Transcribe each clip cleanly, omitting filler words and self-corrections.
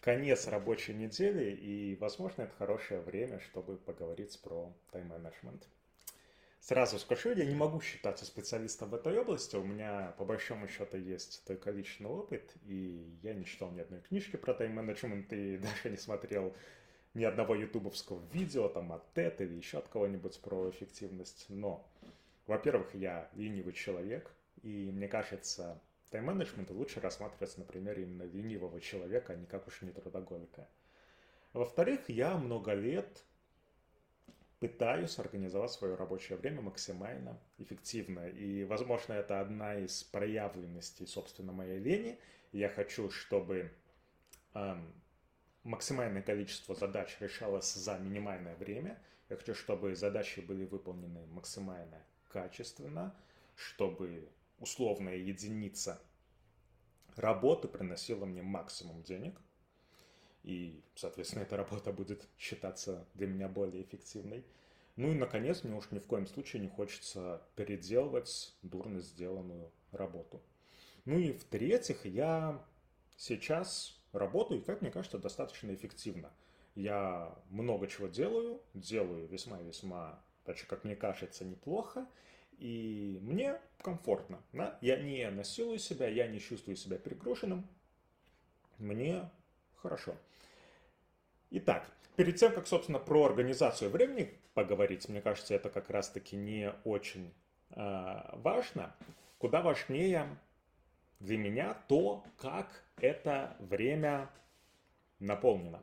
конец рабочей недели, и, возможно, это хорошее время, чтобы поговорить про тайм-менеджмент. Сразу скажу, я не могу считаться специалистом в этой области, у меня по большому счету есть только личный опыт, и я не читал ни одной книжки про тайм-менеджмент, и даже не смотрел ни одного ютубовского видео там от TED или еще от кого-нибудь про эффективность. Но, во-первых, я ленивый человек, и мне кажется, тайм-менеджмент лучше рассматривается на примере именно ленивого человека, а не как уж не трудоголика. Во-вторых, я много лет пытаюсь организовать свое рабочее время максимально эффективно. И, возможно, это одна из проявленностей, собственно, моей лени. Я хочу, чтобы эм, максимальное количество задач решалось за минимальное время. Я хочу, чтобы задачи были выполнены максимально качественно, чтобы условная единица работы приносила мне максимум денег. И, соответственно, эта работа будет считаться для меня более эффективной. Ну и, наконец, мне уж ни в коем случае не хочется переделывать дурно сделанную работу. Ну и в-третьих, я сейчас работаю, и, как мне кажется, достаточно эффективно. Я много чего делаю весьма-весьма, даже, как мне кажется, неплохо, и мне комфортно. Да? Я не насилую себя, я не чувствую себя перегруженным, мне хорошо. Итак, перед тем, как, собственно, про организацию времени поговорить, мне кажется, это как раз-таки не очень важно. Куда важнее для меня то, как это время наполнено.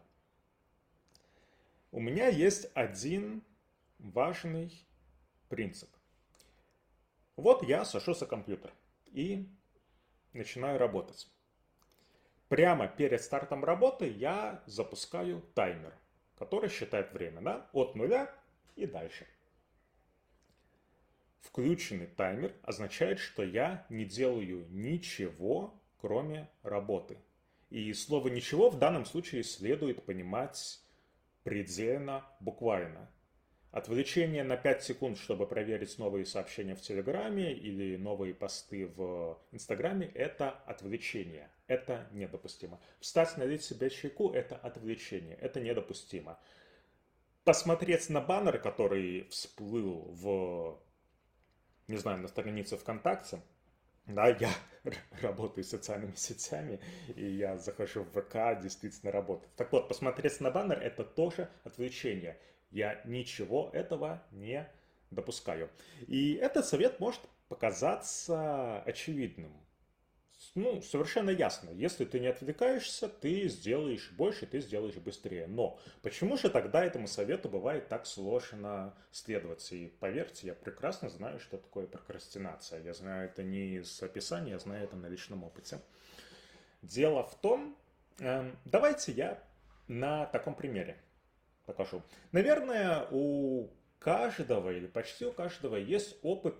У меня есть один важный принцип. Вот я сажусь за компьютер и начинаю работать. Прямо перед стартом работы я запускаю таймер, который считает время, да, от нуля и дальше. Включенный таймер означает, что я не делаю ничего, кроме работы. И слово «ничего» в данном случае следует понимать предельно буквально. Отвлечение на 5 секунд, чтобы проверить новые сообщения в Телеграме или новые посты в Инстаграме, это отвлечение. Это недопустимо. Встать, налить себе чайку – это отвлечение. Это недопустимо. Посмотреть на баннер, который всплыл в, не знаю, на странице ВКонтакте. Да, я работаю с социальными сетями, и я захожу в ВК действительно работать. Так вот, посмотреть на баннер – это тоже отвлечение. Я ничего этого не допускаю. И этот совет может показаться очевидным. Ну, совершенно ясно. Если ты не отвлекаешься, ты сделаешь больше, ты сделаешь быстрее. Но почему же тогда этому совету бывает так сложно следовать? И поверьте, я прекрасно знаю, что такое прокрастинация. Я знаю это не из описания, я знаю это на личном опыте. Дело в том, давайте я на таком примере покажу. Наверное, у каждого или почти у каждого есть опыт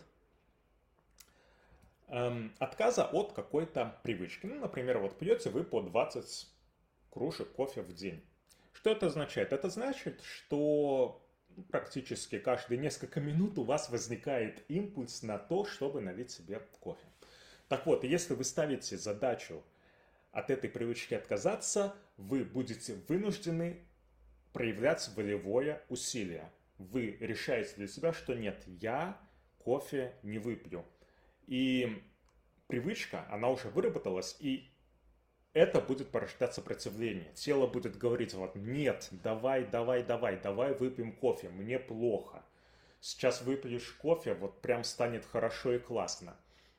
отказа от какой-то привычки. Ну, например, вот пьете вы по 20 кружек кофе в день. Что это означает? Это значит, что практически каждые несколько минут у вас возникает импульс на то, чтобы налить себе кофе. Так вот, если вы ставите задачу от этой привычки отказаться, вы будете вынуждены проявлять волевое усилие. Вы решаете для себя, что нет, я кофе не выпью. И привычка, она уже выработалась, и это будет порождать сопротивление. Тело будет говорить вот нет, давай выпьем кофе, мне плохо. Сейчас выпьешь кофе, вот прям станет хорошо и классно.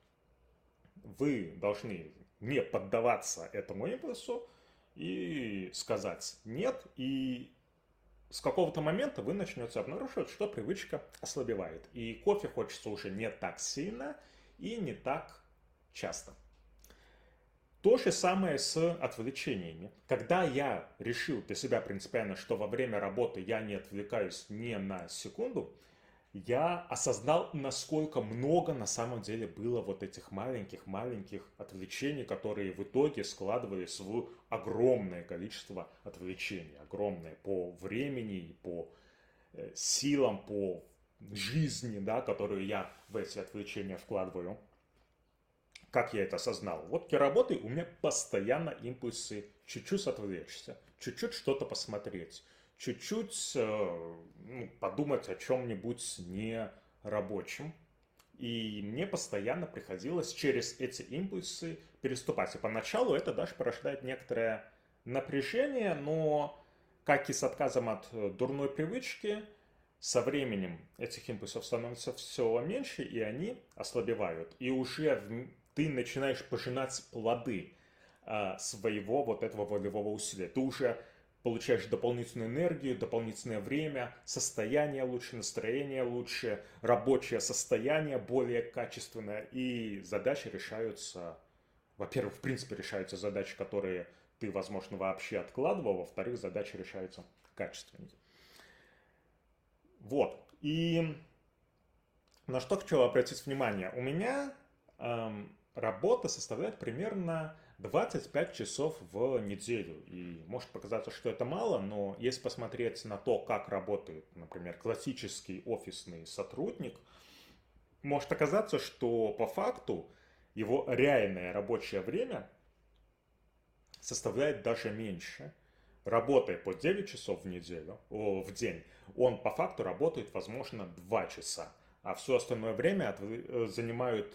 Вы должны не поддаваться этому импульсу и сказать нет, и с какого-то момента вы начнете обнаруживать, что привычка ослабевает. И кофе хочется уже не так сильно и не так часто. То же самое с отвлечениями. Когда я решил для себя принципиально, что во время работы я не отвлекаюсь ни на секунду, я осознал, насколько много на самом деле было вот этих маленьких-маленьких отвлечений, которые в итоге складывались в огромное количество отвлечений. Огромное по времени, по силам, по жизни, да, которую я в эти отвлечения вкладываю. как я это осознал? Вот при работе у меня постоянно импульсы чуть-чуть отвлечься, чуть-чуть что-то посмотреть, чуть-чуть подумать о чем-нибудь не рабочем. И мне постоянно приходилось через эти импульсы переступать. И поначалу это даже порождает некоторое напряжение, но как и с отказом от дурной привычки, со временем этих импульсов становится все меньше, и они ослабевают. И уже ты начинаешь пожинать плоды своего вот этого волевого усилия. Ты уже получаешь дополнительную энергию, дополнительное время, состояние лучше, настроение лучше, рабочее состояние более качественное, и задачи решаются, во-первых, в принципе решаются задачи, которые ты, возможно, вообще откладывал, во-вторых, задачи решаются качественнее. Вот, и на что хочу обратить внимание. У меня работа составляет примерно 25 часов в неделю. И может показаться, что это мало, но если посмотреть на то, как работает, например, классический офисный сотрудник, может оказаться, что по факту его реальное рабочее время составляет даже меньше. Работая по 9 часов в день, он по факту работает, возможно, 2 часа. А все остальное время занимают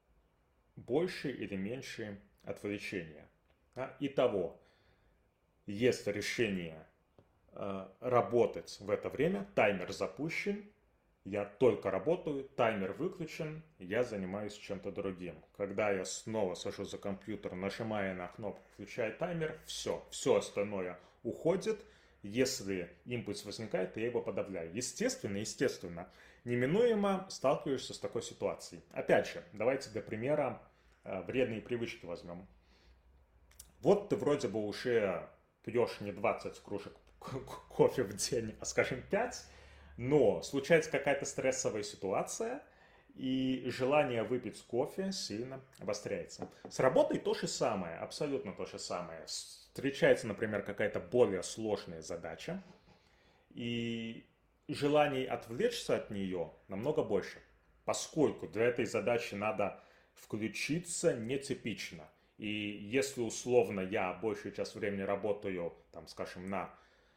больше или меньше отвлечения. Итого, если решение работать в это время, таймер запущен, я только работаю, таймер выключен, я занимаюсь чем-то другим. Когда я снова сажусь за компьютер, нажимая на кнопку «Включай таймер», все остальное уходит. Если импульс возникает, я его подавляю. Естественно, неминуемо сталкиваешься с такой ситуацией. Опять же, давайте для примера вредные привычки возьмем. Вот ты вроде бы уже пьешь не 20 кружек кофе в день, а скажем 5, но случается какая-то стрессовая ситуация, и желание выпить кофе сильно обостряется. С работой то же самое, абсолютно то же самое. Встречается, например, какая-то более сложная задача, и желаний отвлечься от нее намного больше, поскольку для этой задачи надо включиться нетипично. И если условно я большую часть времени работаю, там, скажем, на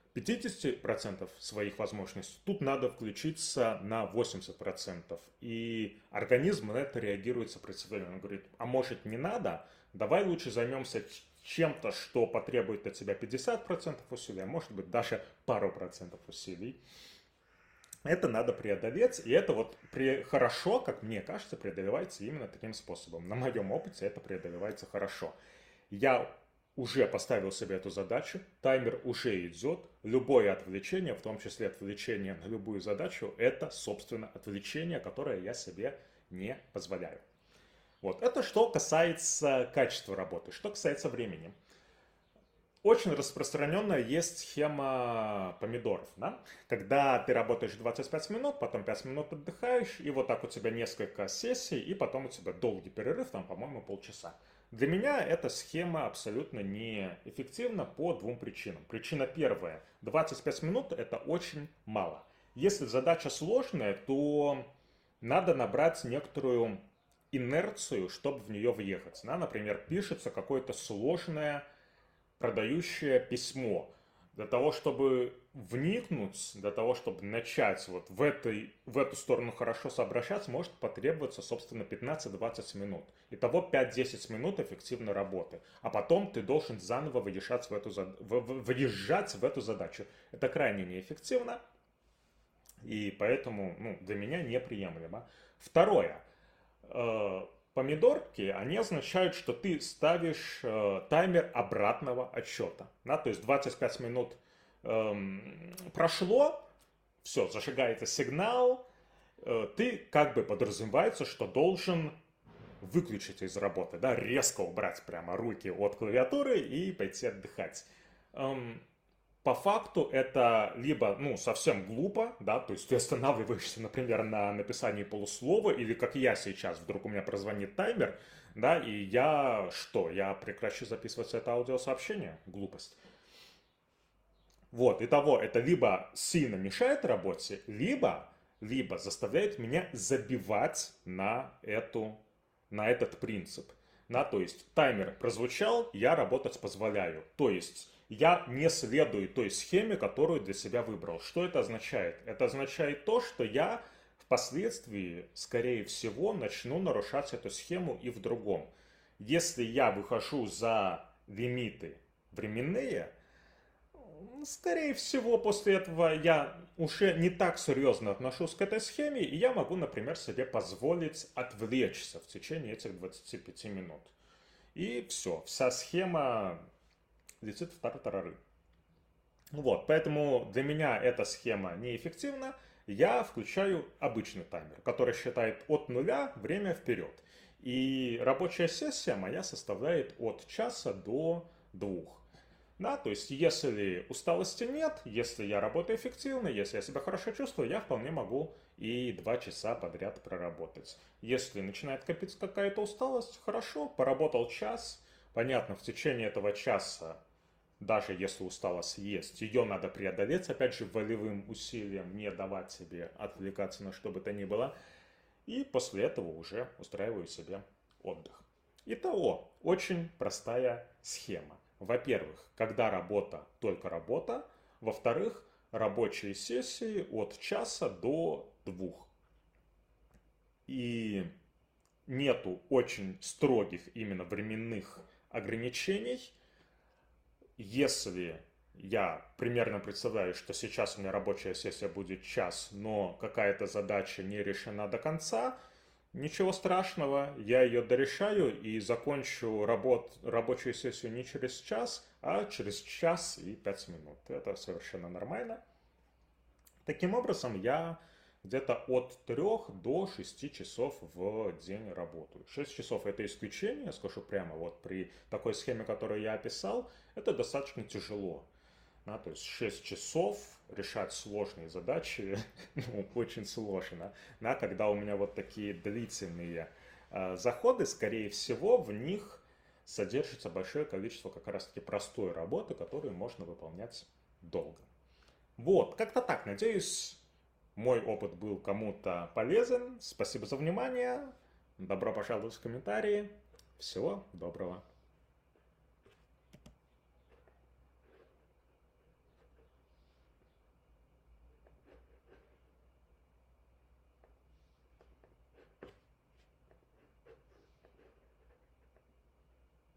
50% своих возможностей, тут надо включиться на 80%. И организм на это реагирует сопротивлением. Он говорит, а может не надо? Давай лучше займемся чем-то, что потребует от тебя 50% усилий, а может быть даже пару процентов усилий. Это надо преодолеть, и это вот хорошо, как мне кажется, преодолевается именно таким способом. На моем опыте это преодолевается хорошо. Я уже поставил себе эту задачу, таймер уже идет, любое отвлечение, в том числе отвлечение на любую задачу, это, собственно, отвлечение, которое я себе не позволяю. Вот, это что касается качества работы. Что касается времени. Очень распространенная есть схема помидоров, да? Когда ты работаешь 25 минут, потом 5 минут отдыхаешь, и вот так у тебя несколько сессий, и потом у тебя долгий перерыв, там, по-моему, полчаса. Для меня эта схема абсолютно неэффективна по двум причинам. Причина первая. 25 минут это очень мало. Если задача сложная, то надо набрать некоторую инерцию, чтобы в нее въехать. Да? Например, пишется какое-то сложное продающее письмо. Для того, чтобы вникнуть, для того, чтобы начать вот в эту сторону хорошо соображаться, может потребоваться, собственно, 15-20 минут. Итого 5-10 минут эффективной работы. А потом ты должен заново въезжать в эту задачу. Это крайне неэффективно, и поэтому для меня неприемлемо. Второе. Помидорки, они означают, что ты ставишь таймер обратного отсчета. Да? То есть 25 минут прошло, все, зажигается сигнал, ты как бы подразумевается, что должен выключить из работы, да, резко убрать прямо руки от клавиатуры и пойти отдыхать. По факту это либо, совсем глупо, да, то есть ты останавливаешься, например, на написании полуслова, или как я сейчас, вдруг у меня прозвонит таймер, да, и я прекращу записывать это аудиосообщение? Глупость. Вот, итого, это либо сильно мешает работе, либо заставляет меня забивать на этот принцип. То есть таймер прозвучал, я работать позволяю. То есть я не следую той схеме, которую для себя выбрал. Что это означает? Это означает то, что я впоследствии, скорее всего, начну нарушать эту схему и в другом. Если я выхожу за лимиты временные, скорее всего, после этого я уже не так серьезно отношусь к этой схеме, и я могу, например, себе позволить отвлечься в течение этих 25 минут. И все, вся схема летит в тартарары. Вот, поэтому для меня эта схема неэффективна. Я включаю обычный таймер, который считает от нуля время вперед. И рабочая сессия моя составляет от часа до 2. То есть если усталости нет, если я работаю эффективно, если я себя хорошо чувствую, я вполне могу и 2 часа подряд проработать. Если начинает копиться какая-то усталость, хорошо, поработал час. Понятно, в течение этого часа, даже если усталость есть, ее надо преодолеть, опять же, волевым усилием, не давать себе отвлекаться на что бы то ни было. И после этого уже устраиваю себе отдых. Итого, очень простая схема. Во-первых, когда работа, только работа. Во-вторых, рабочие сессии от часа до 2. И нету очень строгих именно временных ограничений. Если я примерно представляю, что сейчас у меня рабочая сессия будет час, но какая-то задача не решена до конца, ничего страшного, я ее дорешаю и закончу рабочую сессию не через час, а через час и 5 минут. Это совершенно нормально. Таким образом, я где-то от 3 до 6 часов в день работаю. 6 часов это исключение, скажу прямо, вот при такой схеме, которую я описал, это достаточно тяжело. То есть 6 часов решать сложные задачи очень сложно. Когда у меня вот такие длительные заходы, скорее всего, в них содержится большое количество как раз-таки простой работы, которую можно выполнять долго. Вот, как-то так. Надеюсь, мой опыт был кому-то полезен. Спасибо за внимание. Добро пожаловать в комментарии. Всего доброго.